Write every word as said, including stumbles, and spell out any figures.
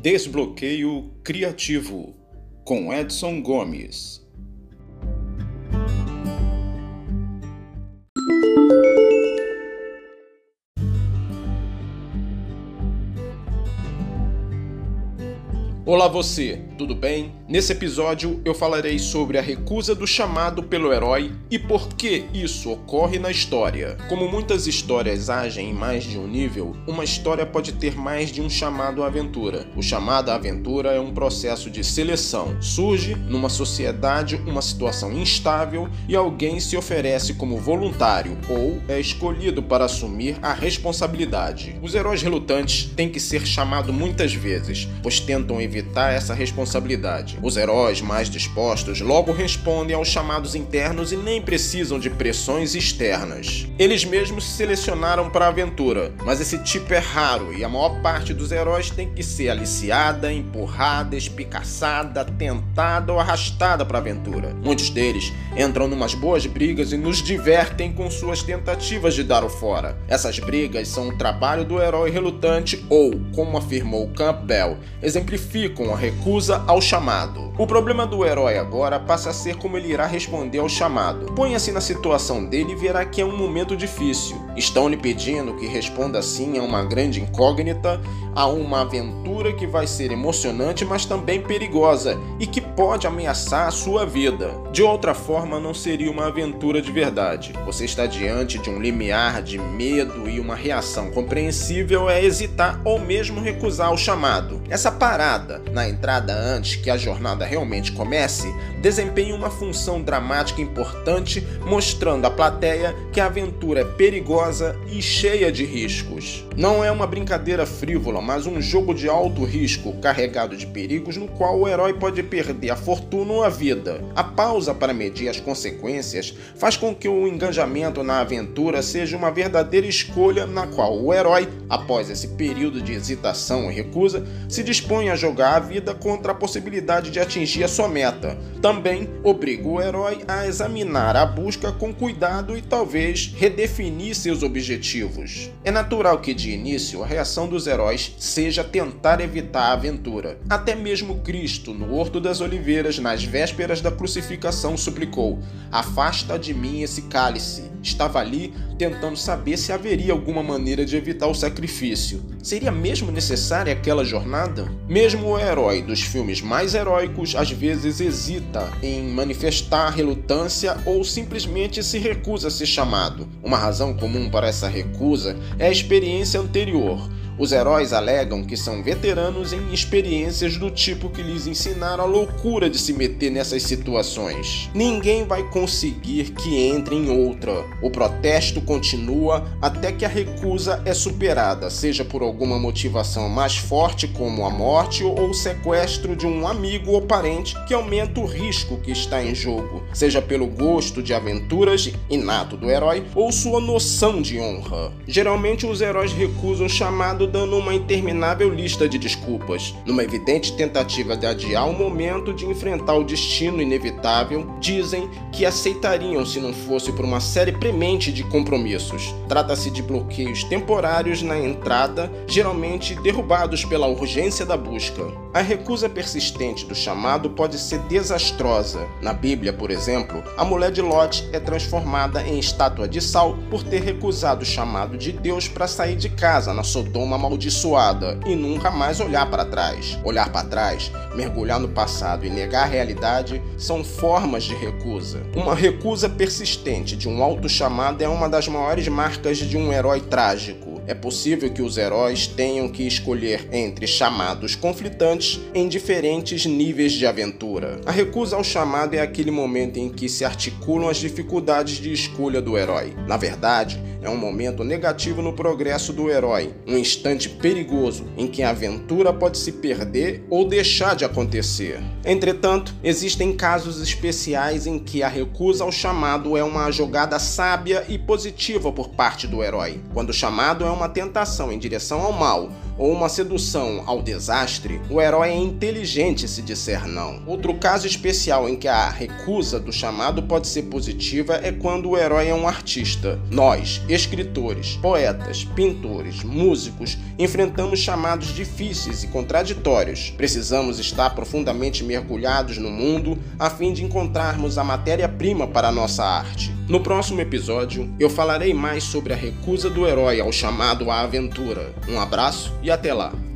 Desbloqueio Criativo, com Edson Gomes. Olá você, tudo bem? Nesse episódio eu falarei sobre a recusa do chamado pelo herói e por que isso ocorre na história. Como muitas histórias agem em mais de um nível, uma história pode ter mais de um chamado à aventura. O chamado à aventura é um processo de seleção. Surge numa sociedade uma situação instável e alguém se oferece como voluntário ou é escolhido para assumir a responsabilidade. Os heróis relutantes têm que ser chamados muitas vezes, pois tentam evitar essa responsabilidade. Os heróis mais dispostos logo respondem aos chamados internos e nem precisam de pressões externas. Eles mesmos se selecionaram para a aventura, mas esse tipo é raro e a maior parte dos heróis tem que ser aliciada, empurrada, espicaçada, tentada ou arrastada para a aventura. Muitos deles entram numas boas brigas e nos divertem com suas tentativas de dar o fora. Essas brigas são o trabalho do herói relutante ou, como afirmou Campbell, exemplificam com a recusa ao chamado. O problema do herói agora passa a ser como ele irá responder ao chamado. Ponha-se na situação dele e verá que é um momento difícil. Estão lhe pedindo que responda sim a uma grande incógnita, a uma aventura que vai ser emocionante, mas também perigosa e que pode ameaçar a sua vida. De outra forma, não seria uma aventura de verdade. Você está diante de um limiar de medo e uma reação compreensível é hesitar ou mesmo recusar o chamado. Essa parada na entrada antes que a jornada realmente comece, desempenha uma função dramática importante, mostrando à plateia que a aventura é perigosa e cheia de riscos. Não é uma brincadeira frívola, mas um jogo de alto risco, carregado de perigos no qual o herói pode perder a fortuna ou a vida. A pausa para medir as consequências faz com que o engajamento na aventura seja uma verdadeira escolha na qual o herói, após esse período de hesitação e recusa, se dispõe a jogar a vida contra a possibilidade de atingir a sua meta. Também obriga o herói a examinar a busca com cuidado e talvez redefinir seus objetivos. É natural que de início a reação dos heróis seja tentar evitar a aventura. Até mesmo Cristo, no Horto das Oliveiras, nas vésperas da crucificação, suplicou: "Afasta de mim esse cálice." Estava ali tentando saber se haveria alguma maneira de evitar o sacrifício. Seria mesmo necessária aquela jornada? Mesmo o herói dos filmes mais heróicos às vezes hesita em manifestar relutância ou simplesmente se recusa a ser chamado. Uma razão comum para essa recusa é a experiência anterior. Os heróis alegam que são veteranos em experiências do tipo que lhes ensinaram a loucura de se meter nessas situações. Ninguém vai conseguir que entre em outra. O protesto continua até que a recusa é superada, seja por alguma motivação mais forte como a morte ou o sequestro de um amigo ou parente que aumenta o risco que está em jogo, seja pelo gosto de aventuras inato do herói ou sua noção de honra. Geralmente os heróis recusam o chamado dando uma interminável lista de desculpas. Numa evidente tentativa de adiar o momento de enfrentar o destino inevitável, dizem que aceitariam se não fosse por uma série premente de compromissos. Trata-se de bloqueios temporários na entrada, geralmente derrubados pela urgência da busca. A recusa persistente do chamado pode ser desastrosa. Na Bíblia, por exemplo, a mulher de Lot é transformada em estátua de sal por ter recusado o chamado de Deus para sair de casa na Sodoma amaldiçoada e nunca mais olhar para trás. Olhar para trás, mergulhar no passado e negar a realidade são formas de recusa. Uma recusa persistente de um auto-chamado é uma das maiores marcas de um herói trágico. É possível que os heróis tenham que escolher entre chamados conflitantes em diferentes níveis de aventura. A recusa ao chamado é aquele momento em que se articulam as dificuldades de escolha do herói. Na verdade, é um momento negativo no progresso do herói, um instante perigoso em que a aventura pode se perder ou deixar de acontecer. Entretanto, existem casos especiais em que a recusa ao chamado é uma jogada sábia e positiva por parte do herói. Quando o chamado é uma tentação em direção ao mal ou uma sedução ao desastre, o herói é inteligente se disser não. Outro caso especial em que a recusa do chamado pode ser positiva é quando o herói é um artista. Nós, escritores, poetas, pintores, músicos, enfrentamos chamados difíceis e contraditórios. Precisamos estar profundamente mergulhados no mundo a fim de encontrarmos a matéria-prima para a nossa arte. No próximo episódio, eu falarei mais sobre a recusa do herói ao chamado à aventura. Um abraço e até lá!